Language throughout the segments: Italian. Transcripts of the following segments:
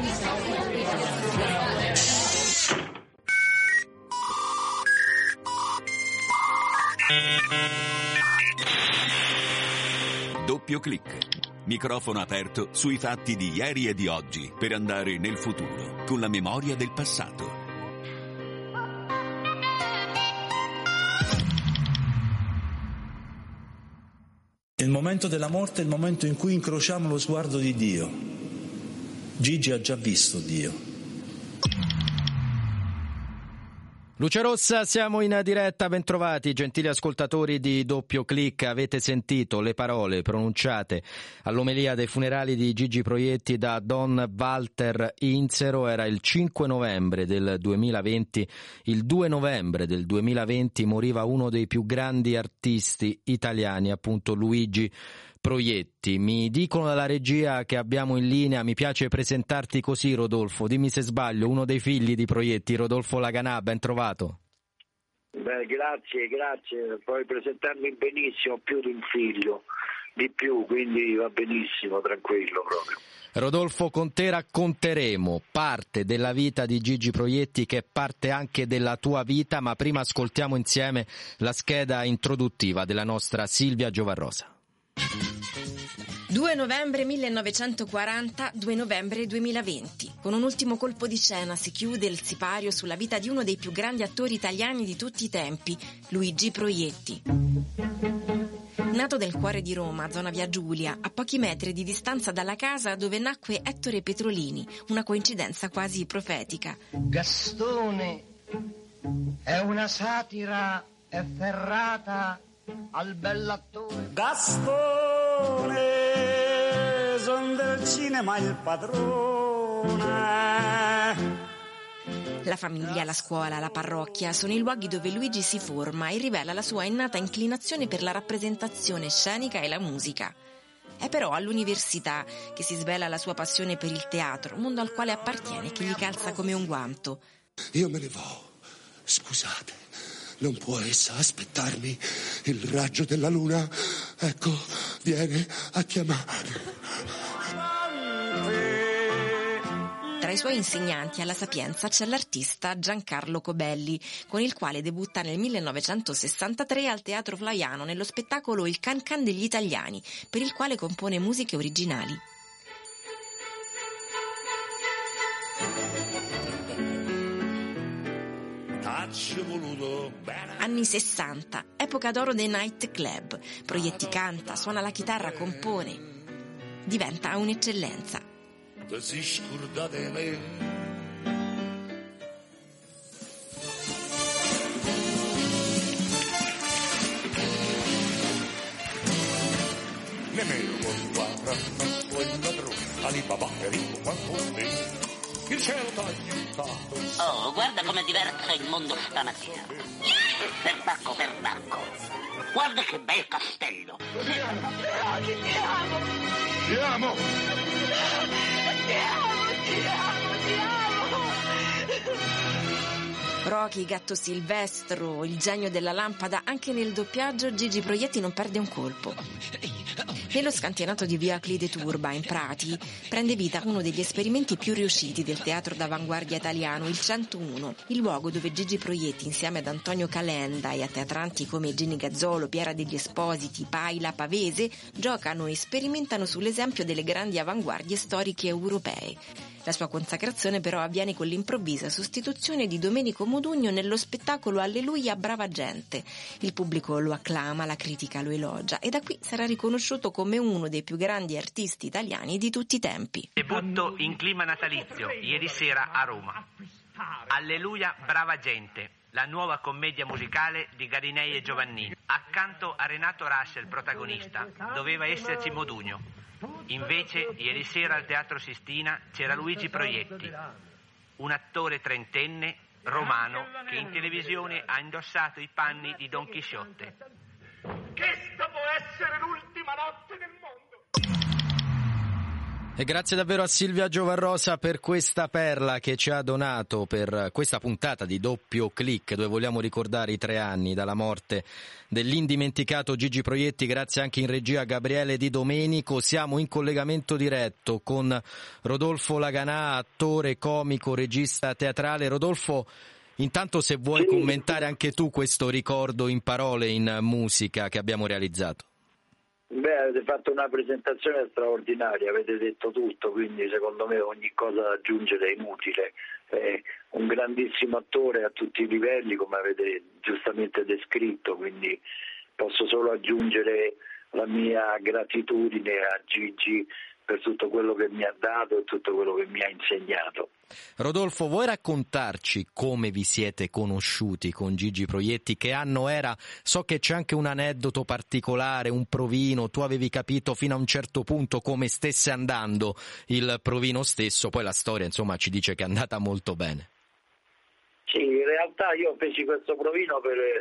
Doppio clic. Microfono aperto sui fatti di ieri e di oggi per andare nel futuro con la memoria del passato. Il momento della morte è il momento in cui incrociamo lo sguardo di Dio. Gigi ha già visto Dio. Luce Rossa, siamo in diretta, bentrovati gentili ascoltatori di Doppio Clic. Avete sentito le parole pronunciate all'omelia dei funerali di Gigi Proietti da Don Walter Inzero. Era il 5 novembre del 2020, il 2 novembre del 2020 moriva uno dei più grandi artisti italiani, appunto Luigi Proietti. Mi dicono dalla regia che abbiamo in linea, mi piace presentarti così, Rodolfo, dimmi se sbaglio, uno dei figli di Proietti, Rodolfo Laganà, ben trovato. Beh, grazie, puoi presentarmi benissimo, più di un figlio, di più, quindi va benissimo, tranquillo proprio. Rodolfo, con te racconteremo parte della vita di Gigi Proietti, che è parte anche della tua vita, ma prima ascoltiamo insieme la scheda introduttiva della nostra Silvia Giovarrosa. 2 novembre 1940, 2 novembre 2020. Con un ultimo colpo di scena si chiude il sipario sulla vita di uno dei più grandi attori italiani di tutti i tempi, Luigi Proietti. Nato nel cuore di Roma, zona Via Giulia, a pochi metri di distanza dalla casa dove nacque Ettore Petrolini, una coincidenza quasi profetica. Gastone è una satira efferrata al bell'attore. Gastone, son del cinema il padrone. La famiglia, la scuola, la parrocchia sono i luoghi dove Luigi si forma e rivela la sua innata inclinazione per la rappresentazione scenica e la musica. È però all'università che si svela la sua passione per il teatro, mondo al quale appartiene e che gli calza come un guanto. Io me ne vo', scusate. Non può essa aspettarmi? Il raggio della luna, ecco, viene a chiamare. Tra i suoi insegnanti alla Sapienza c'è l'artista Giancarlo Cobelli, con il quale debutta nel 1963 al Teatro Flaiano nello spettacolo Il Can Can degli Italiani, per il quale compone musiche originali. Anni 60, epoca d'oro dei night club. Proietti canta, suona la chitarra, compone. Diventa un'eccellenza. Il cielo t'ha aiutato. Oh, guarda come diverte il mondo stamattina. Perbacco. Guarda che bel castello. Ti amo. Rocky, Gatto Silvestro, il genio della lampada, anche nel doppiaggio Gigi Proietti non perde un colpo. Nello scantinato di Via Clide Turba, in Prati, prende vita uno degli esperimenti più riusciti del teatro d'avanguardia italiano, il 101, il luogo dove Gigi Proietti, insieme ad Antonio Calenda e a teatranti come Gini Gazzolo, Piera degli Espositi, Paila, Pavese, giocano e sperimentano sull'esempio delle grandi avanguardie storiche europee. La sua consacrazione però avviene con l'improvvisa sostituzione di Domenico Modugno nello spettacolo Alleluia brava gente. Il pubblico lo acclama, la critica lo elogia e da qui sarà riconosciuto come uno dei più grandi artisti italiani di tutti i tempi. Debutto in clima natalizio ieri sera a Roma. Alleluia brava gente, la nuova commedia musicale di Garinei e Giovannini. Accanto a Renato Rascia, il protagonista, doveva esserci Modugno. Invece, ieri sera al Teatro Sistina c'era Luigi Proietti, un attore trentenne, romano, che in televisione ha indossato i panni di Don Chisciotte. Questa può essere l'ultima notte del mondo. E grazie davvero a Silvia Giovarrosa per questa perla che ci ha donato per questa puntata di Doppio Click, dove vogliamo ricordare i 3 anni dalla morte dell'indimenticato Gigi Proietti. Grazie anche in regia a Gabriele Di Domenico. Siamo in collegamento diretto con Rodolfo Laganà, attore, comico, regista teatrale. Rodolfo, intanto se vuoi commentare anche tu questo ricordo in parole, in musica che abbiamo realizzato. Beh, avete fatto una presentazione straordinaria, avete detto tutto, quindi secondo me ogni cosa da aggiungere è inutile. È un grandissimo attore a tutti i livelli, come avete giustamente descritto, quindi posso solo aggiungere la mia gratitudine a Gigi per tutto quello che mi ha dato e tutto quello che mi ha insegnato. Rodolfo, vuoi raccontarci come vi siete conosciuti con Gigi Proietti? Che anno era? So che c'è anche un aneddoto particolare, un provino, tu avevi capito fino a un certo punto come stesse andando il provino stesso, poi la storia insomma ci dice che è andata molto bene. Sì, in realtà io feci questo provino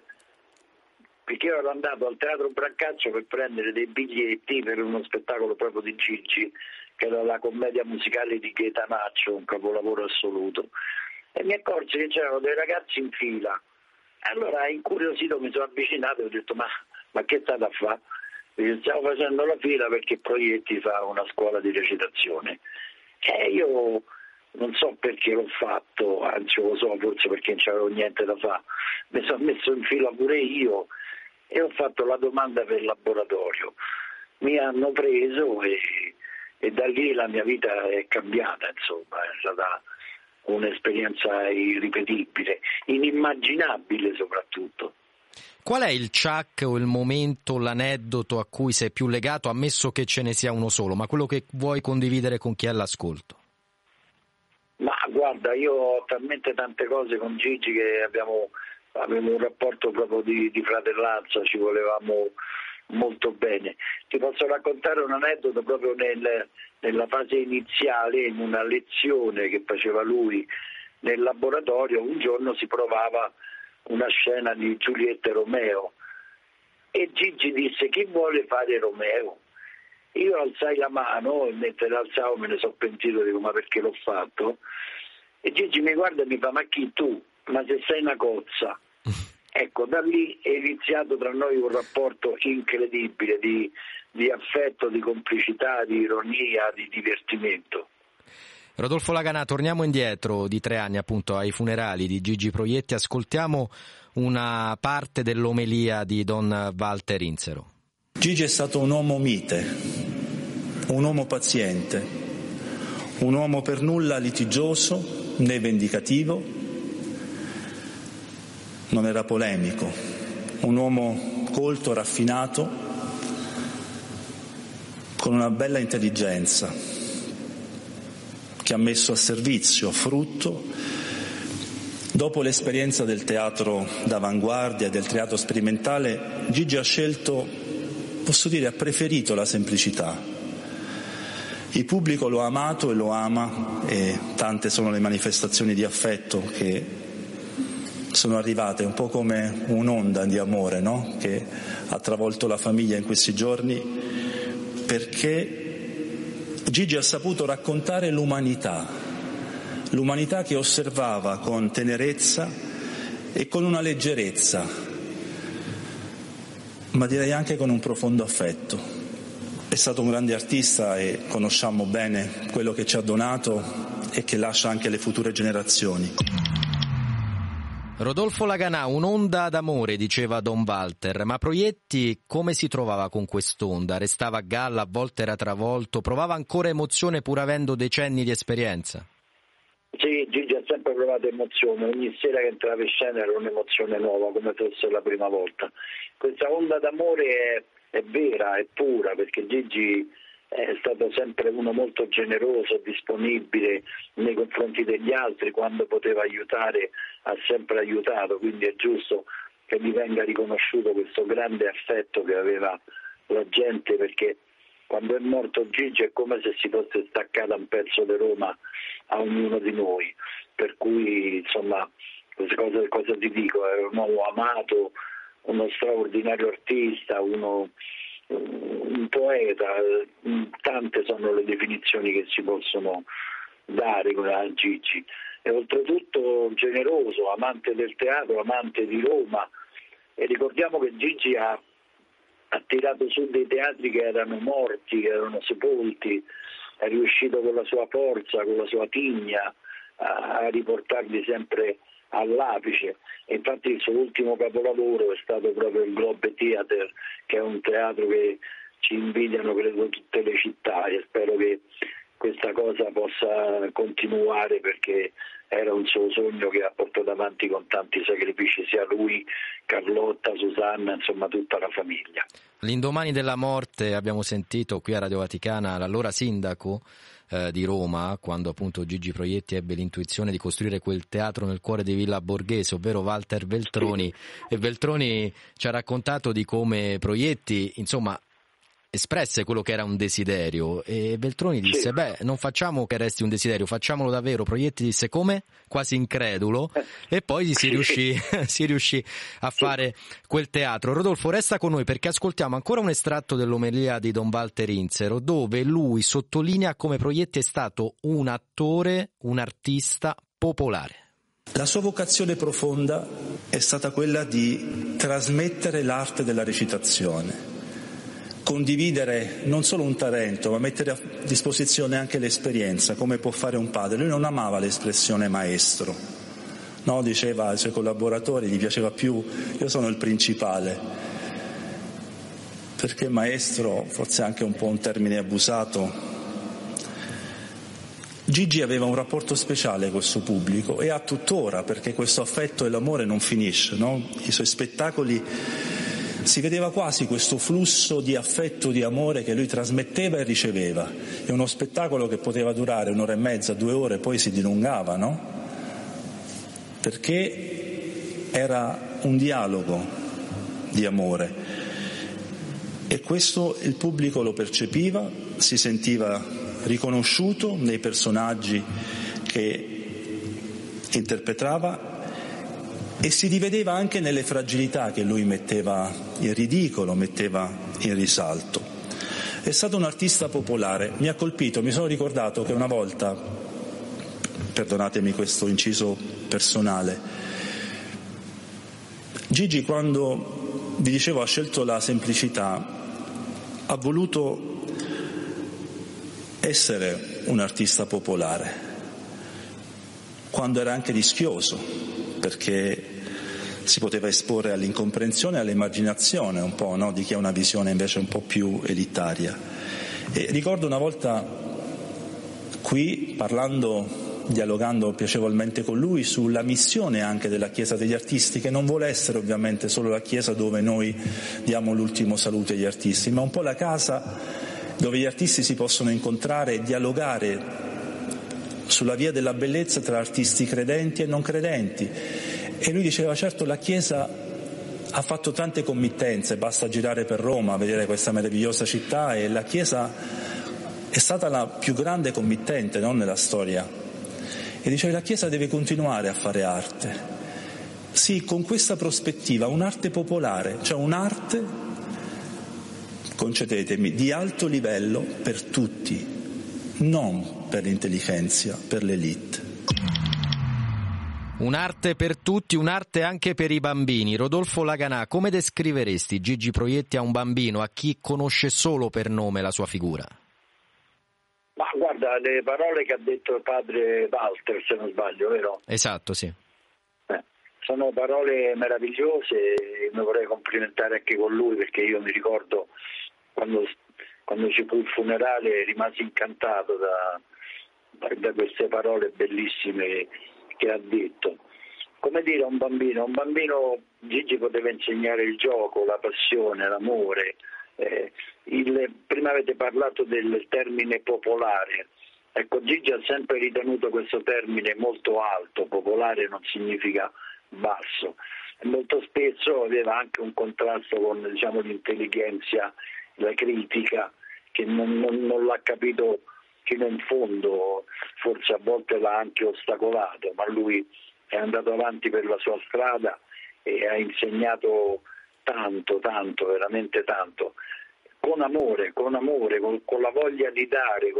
perché io ero andato al Teatro Brancaccio per prendere dei biglietti per uno spettacolo proprio di Gigi, che era la commedia musicale di Gaetanaccio, un capolavoro assoluto, e mi accorsi che c'erano dei ragazzi in fila. Allora, incuriosito, mi sono avvicinato e ho detto ma che state a fare? Stiamo facendo la fila perché Proietti fa una scuola di recitazione. E io non so perché l'ho fatto, anzi lo so, forse perché non c'avevo niente da fare, mi sono messo in fila pure io e ho fatto la domanda per laboratorio. Mi hanno preso e da lì la mia vita è cambiata, insomma, è stata un'esperienza irripetibile, inimmaginabile soprattutto. Qual è il ciak o il momento, l'aneddoto a cui sei più legato, ammesso che ce ne sia uno solo, ma quello che vuoi condividere con chi è all'ascolto? Ma guarda, io ho talmente tante cose con Gigi che avevamo un rapporto proprio di fratellanza, ci volevamo molto bene. Ti posso raccontare un aneddoto proprio nella fase iniziale, in una lezione che faceva lui nel laboratorio. Un giorno si provava una scena di Giulietta e Romeo e Gigi disse: chi vuole fare Romeo? Io alzai la mano e mentre l'alzavo me ne sono pentito, dico ma perché l'ho fatto? E Gigi mi guarda e mi fa: ma chi tu? Ma se sei una cozza. Ecco, da lì è iniziato tra noi un rapporto incredibile di affetto, di complicità, di ironia, di divertimento. Rodolfo Laganà, torniamo indietro di 3 anni appunto ai funerali di Gigi Proietti, ascoltiamo una parte dell'omelia di Don Walter Insero. Gigi è stato un uomo mite, un uomo paziente, un uomo per nulla litigioso né vendicativo. Non era polemico, un uomo colto, raffinato, con una bella intelligenza che ha messo a servizio, a frutto. Dopo l'esperienza del teatro d'avanguardia e del teatro sperimentale, Gigi ha scelto, posso dire, ha preferito la semplicità. Il pubblico lo ha amato e lo ama e tante sono le manifestazioni di affetto che sono arrivate, un po' come un'onda di amore, no? Che ha travolto la famiglia in questi giorni, perché Gigi ha saputo raccontare l'umanità che osservava con tenerezza e con una leggerezza, ma direi anche con un profondo affetto. È stato un grande artista e conosciamo bene quello che ci ha donato e che lascia anche alle future generazioni. Rodolfo Laganà, un'onda d'amore, diceva Don Walter, ma Proietti come si trovava con quest'onda? Restava a galla, a volte era travolto, provava ancora emozione pur avendo decenni di esperienza? Sì, Gigi ha sempre provato emozione, ogni sera che entrava in scena era un'emozione nuova, come fosse la prima volta. Questa onda d'amore è vera, è pura, perché Gigi è stato sempre uno molto generoso, disponibile nei confronti degli altri, quando poteva aiutare ha sempre aiutato, quindi è giusto che gli venga riconosciuto questo grande affetto che aveva la gente, perché quando è morto Gigi è come se si fosse staccata un pezzo di Roma a ognuno di noi, per cui insomma cosa ti dico, era un uomo amato, uno straordinario artista, uno un poeta, tante sono le definizioni che si possono dare a Gigi, e oltretutto generoso, amante del teatro, amante di Roma, e ricordiamo che Gigi ha tirato su dei teatri che erano morti, che erano sepolti, è riuscito con la sua forza, con la sua tigna a riportarli sempre all'apice, e infatti il suo ultimo capolavoro è stato proprio il Globe Theatre, che è un teatro che ci invidiano credo tutte le città, e spero che questa cosa possa continuare, perché era un suo sogno che ha portato avanti con tanti sacrifici, sia lui, Carlotta, Susanna, insomma tutta la famiglia. L'indomani della morte abbiamo sentito qui a Radio Vaticana l'allora sindaco di Roma, quando appunto Gigi Proietti ebbe l'intuizione di costruire quel teatro nel cuore di Villa Borghese, ovvero Walter Veltroni, e Veltroni ci ha raccontato di come Proietti, insomma, espresse quello che era un desiderio, e Veltroni disse non facciamo che resti un desiderio, facciamolo davvero. Proietti disse come? Quasi incredulo, e poi si riuscì a fare quel teatro. Rodolfo, resta con noi perché ascoltiamo ancora un estratto dell'omelia di Don Walter Inzero, dove lui sottolinea come Proietti è stato un attore, un artista popolare. La sua vocazione profonda è stata quella di trasmettere l'arte della recitazione, condividere non solo un talento, ma mettere a disposizione anche l'esperienza, come può fare un padre. Lui non amava l'espressione maestro, no? Diceva ai suoi collaboratori, gli piaceva più io sono il principale, perché maestro forse è anche un po' un termine abusato. Gigi aveva un rapporto speciale col suo pubblico e ha tuttora, perché questo affetto e l'amore non finisce, no? I suoi spettacoli si vedeva quasi questo flusso di affetto, di amore che lui trasmetteva e riceveva. È uno spettacolo che poteva durare 1 ora e mezza, 2 ore, poi si dilungava, no? Perché era un dialogo di amore, e questo il pubblico lo percepiva, si sentiva riconosciuto nei personaggi che interpretava, e si rivedeva anche nelle fragilità che lui metteva in ridicolo, metteva in risalto. È stato un artista popolare. Mi ha colpito, mi sono ricordato che una volta, perdonatemi questo inciso personale, Gigi, quando vi dicevo ha scelto la semplicità, ha voluto essere un artista popolare, quando era anche rischioso, perché si poteva esporre all'incomprensione e all'immaginazione un po', no? Di chi ha una visione invece un po' più elitaria. E ricordo una volta qui, dialogando piacevolmente con lui sulla missione anche della Chiesa degli artisti, che non vuole essere ovviamente solo la Chiesa dove noi diamo l'ultimo saluto agli artisti, ma un po' la casa dove gli artisti si possono incontrare e dialogare sulla via della bellezza tra artisti credenti e non credenti. E lui diceva, certo, la Chiesa ha fatto tante committenze, basta girare per Roma, vedere questa meravigliosa città, e la Chiesa è stata la più grande committente, no, nella storia. E diceva, la Chiesa deve continuare a fare arte, sì, con questa prospettiva, un'arte popolare, cioè un'arte, concedetemi, di alto livello per tutti, non per l'intelligenza, per l'élite. Un'arte per tutti, un'arte anche per i bambini. Rodolfo Laganà, come descriveresti Gigi Proietti a un bambino, a chi conosce solo per nome la sua figura? Ma guarda, le parole che ha detto il padre Walter, se non sbaglio, vero? Esatto, sì. Sono parole meravigliose, e mi vorrei complimentare anche con lui, perché io mi ricordo quando ci fu il funerale rimasi incantato da queste parole bellissime che ha detto. Come dire, a un bambino Gigi poteva insegnare il gioco, la passione, l'amore. Prima avete parlato del termine popolare. Ecco, Gigi ha sempre ritenuto questo termine molto alto. Popolare non significa basso. E molto spesso aveva anche un contrasto con, l'intelligenza, la critica, che non l'ha capito fino in fondo, forse a volte l'ha anche ostacolato, ma lui è andato avanti per la sua strada e ha insegnato tanto, veramente tanto. con amore, con la voglia di dare,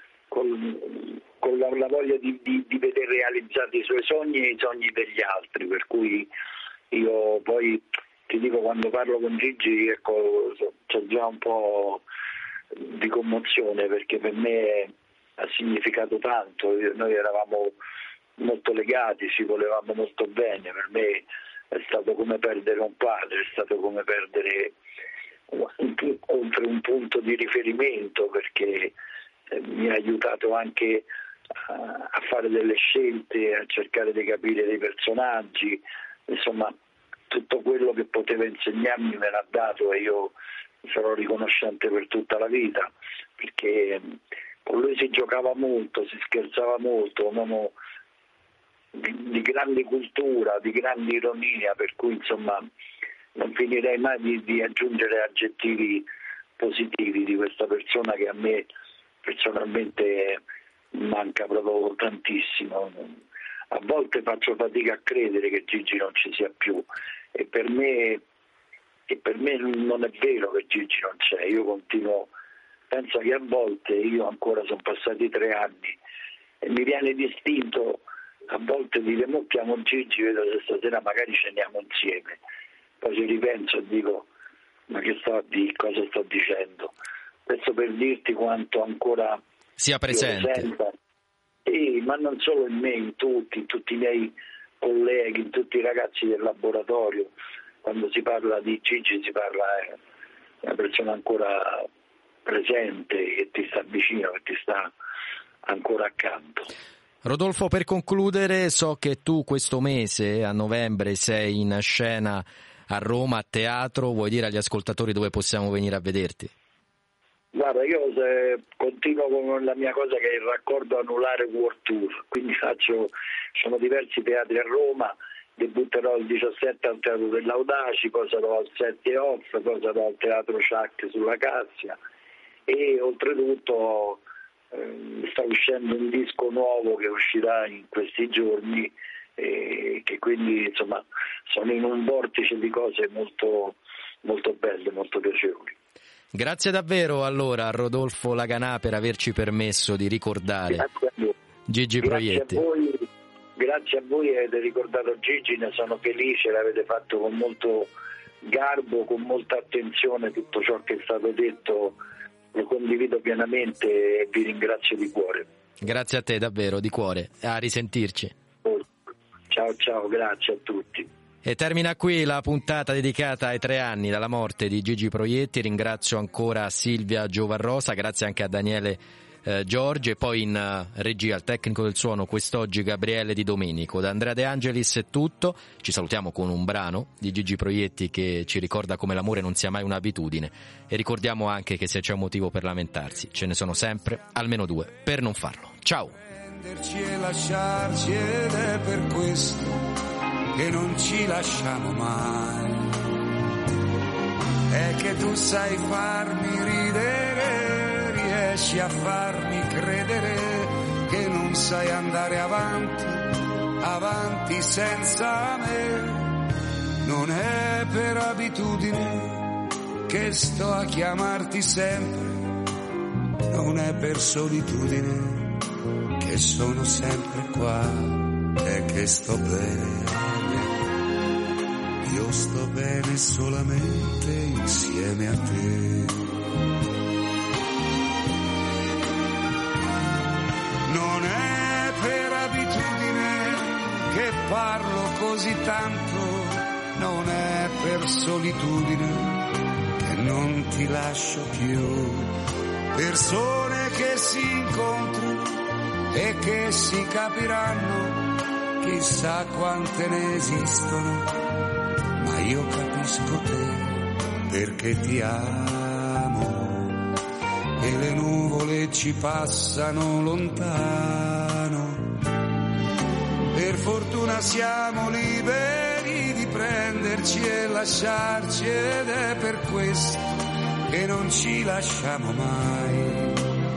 con la voglia di vedere realizzati i suoi sogni e i sogni degli altri, per cui io poi ti dico, quando parlo con Gigi, ecco, c'è già un po' di commozione, perché per me ha significato tanto. Noi eravamo molto legati, ci volevamo molto bene. Per me è stato come perdere un padre, è stato come perdere oltre un punto di riferimento, perché mi ha aiutato anche a fare delle scelte, a cercare di capire dei personaggi, insomma tutto quello che poteva insegnarmi me l'ha dato, e io sarò riconoscente per tutta la vita, perché con lui si giocava molto, si scherzava molto, un uomo di grande cultura, di grande ironia, per cui insomma non finirei mai di aggiungere aggettivi positivi di questa persona, che a me personalmente manca proprio tantissimo. A volte faccio fatica a credere che Gigi non ci sia più, e per me non è vero che Gigi non c'è. Io continuo, penso che a volte, io ancora sono passati 3 anni e mi viene distinto a volte dire: mo chiamo Gigi, vedo se stasera magari ceniamo insieme. Poi ci ripenso e dico: ma che sto a dire, cosa sto dicendo? Questo per dirti quanto ancora sia presente. Ma non solo in me, in tutti i miei colleghi, in tutti i ragazzi del laboratorio. Quando si parla di Gigi si parla di una persona ancora presente, che ti sta vicino, che ti sta ancora accanto. Rodolfo, per concludere, so che tu questo mese, a novembre, sei in scena a Roma, a teatro. Vuoi dire agli ascoltatori dove possiamo venire a vederti? Guarda, io continuo con la mia cosa, che è il raccordo anulare World Tour, quindi sono diversi teatri a Roma, debutterò il 17 al Teatro dell'Audaci, poi sarò al 7 Off, poi sarò al Teatro Sciacchi sulla Cassia, e oltretutto sta uscendo un disco nuovo che uscirà in questi giorni, che quindi insomma sono in un vortice di cose molto, molto belle, molto piacevoli. Grazie davvero allora a Rodolfo Laganà per averci permesso di ricordare Gigi Proietti. Grazie a voi, avete ricordato Gigi, ne sono felice, l'avete fatto con molto garbo, con molta attenzione. Tutto ciò che è stato detto lo condivido pienamente e vi ringrazio di cuore. Grazie a te davvero, di cuore, a risentirci. Ciao, grazie a tutti. E termina qui la puntata dedicata ai 3 anni dalla morte di Gigi Proietti. Ringrazio ancora Silvia Giovarrosa, grazie anche a Daniele Giorgi, e poi in regia al tecnico del suono quest'oggi Gabriele Di Domenico. Da Andrea De Angelis è tutto, ci salutiamo con un brano di Gigi Proietti che ci ricorda come l'amore non sia mai un'abitudine, e ricordiamo anche che se c'è un motivo per lamentarsi ce ne sono sempre almeno 2 per non farlo. Ciao. Prenderci e lasciarci, ed è per questo che non ci lasciamo mai. È che tu sai farmi ridere, riesci a farmi credere che non sai andare avanti senza me. Non è per abitudine che sto a chiamarti sempre, non è per solitudine che sono sempre qua, è che sto bene. Io sto bene solamente insieme a te. Non è per abitudine che parlo così tanto, non è per solitudine che non ti lascio più. Persone che si incontrano e che si capiranno, chissà quante ne esistono. Ma io capisco te perché ti amo, e le nuvole ci passano lontano. Per fortuna siamo liberi di prenderci e lasciarci, ed è per questo che non ci lasciamo mai.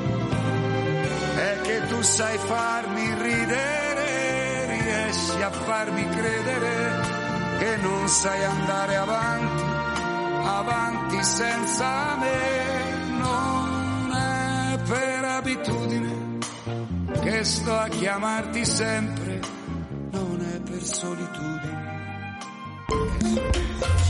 È che tu sai farmi ridere, riesci a farmi credere che non sai andare avanti senza me. abitudine che sto a chiamarti sempre, non è per solitudine.